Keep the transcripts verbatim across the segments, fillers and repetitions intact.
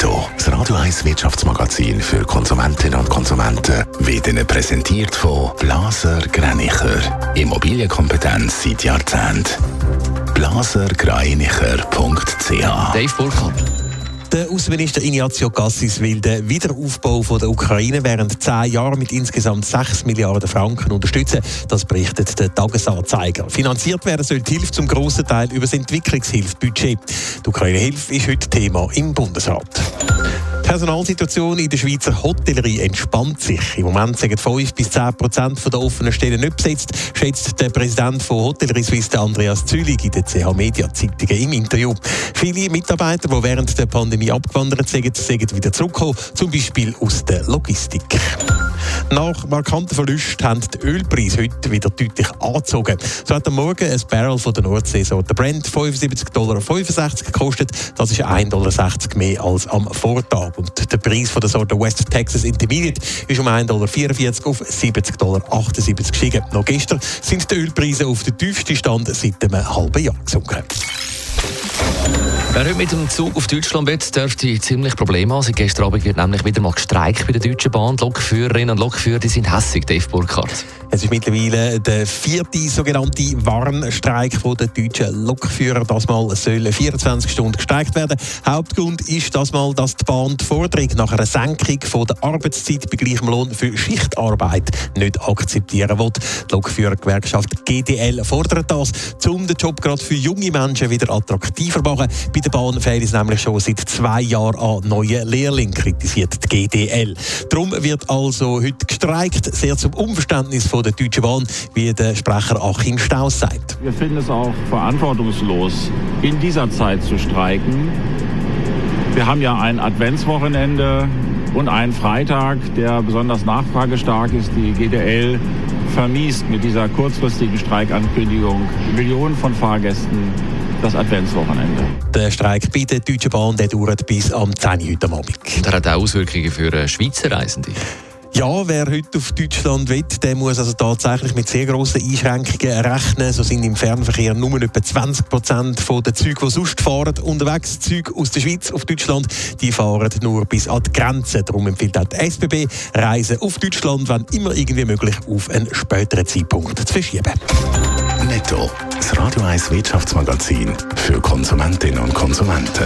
Netto, das Radio eins Wirtschaftsmagazin für Konsumentinnen und Konsumenten, wird Ihnen präsentiert von Blaser Greinicher. Immobilienkompetenz seit Jahrzehnten. blaser greinicher punkt c h. Dave Burkhardt. Der Außenminister Ignazio Cassis will den Wiederaufbau von der Ukraine während zehn Jahren mit insgesamt sechs Milliarden Franken unterstützen. Das berichtet der Tagesanzeiger. Finanziert werden soll die Hilfe zum grossen Teil über das Entwicklungshilfebudget. Die Ukraine-Hilfe ist heute Thema im Bundesrat. Die Personalsituation in der Schweizer Hotellerie entspannt sich. Im Moment sind fünf bis zehn Prozent der offenen Stellen nicht besetzt, schätzt der Präsident von Hotellerie Suisse, Andreas Zülig, in der C H Media Zeitung im Interview. Viele Mitarbeiter, die während der Pandemie abgewandert sind, sind wieder zurückgekommen, zum Beispiel aus der Logistik. Nach markanten Verlusten haben die Ölpreise heute wieder deutlich angezogen. So hat am Morgen ein Barrel von der Nordseesorte Brent fünfundsiebzig Komma fünfundsechzig Dollar gekostet. Das ist ein Komma sechzig Dollar mehr als am Vortag. Und der Preis von der Sorte West Texas Intermediate ist um ein Komma vierundvierzig Dollar auf siebzig Komma achtundsiebzig Dollar gestiegen. Noch gestern sind die Ölpreise auf den tiefsten Stand seit einem halben Jahr gesunken. Wer heute mit dem Zug auf Deutschland will, dürfte ziemlich Probleme haben. Seit gestern Abend wird nämlich wieder mal gestreikt bei der Deutschen Bahn. Die Lokführerinnen und Lokführer die sind hässig, Dave Burkhardt. Es ist mittlerweile der vierte sogenannte Warnstreik von den deutschen Lokführern. Das Mal sollen vierundzwanzig Stunden gestreikt werden. Hauptgrund ist das Mal, dass die Bahn die Forderung nach einer Senkung von der Arbeitszeit bei gleichem Lohn für Schichtarbeit nicht akzeptieren will. Die Lokführergewerkschaft G D L fordert das, um den Job gerade für junge Menschen wieder attraktiver zu machen. Bei der Bahn fehlt es nämlich schon seit zwei Jahren an neuen Lehrlingen, kritisiert die G D L. Darum wird also heute gestreikt, sehr zum Unverständnis von der Deutschen Bahn, wie der Sprecher Achim Staus sagt. Wir finden es auch verantwortungslos, in dieser Zeit zu streiken. Wir haben ja ein Adventswochenende und einen Freitag, der besonders nachfragestark ist. Die G D L vermiest mit dieser kurzfristigen Streikankündigung Millionen von Fahrgästen das Adventswochenende. Der Streik bei der Deutschen Bahn der dauert bis am zehn Uhr heute Abend. Und er hat auch Auswirkungen für Schweizer Reisende. Ja, wer heute auf Deutschland will, der muss also tatsächlich mit sehr grossen Einschränkungen rechnen. So sind im Fernverkehr nur etwa zwanzig Prozent der Züge, die sonst fahren, unterwegs. Züge aus der Schweiz auf Deutschland, die fahren nur bis an die Grenze. Darum empfiehlt auch die S B B, Reisen auf Deutschland, wenn immer irgendwie möglich, auf einen späteren Zeitpunkt zu verschieben. Netto, das Radio eins Wirtschaftsmagazin für Konsumentinnen und Konsumenten.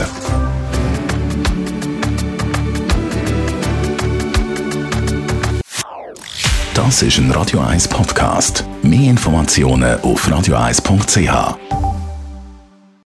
Das ist ein Radio eins Podcast. Mehr Informationen auf radio eins punkt c h.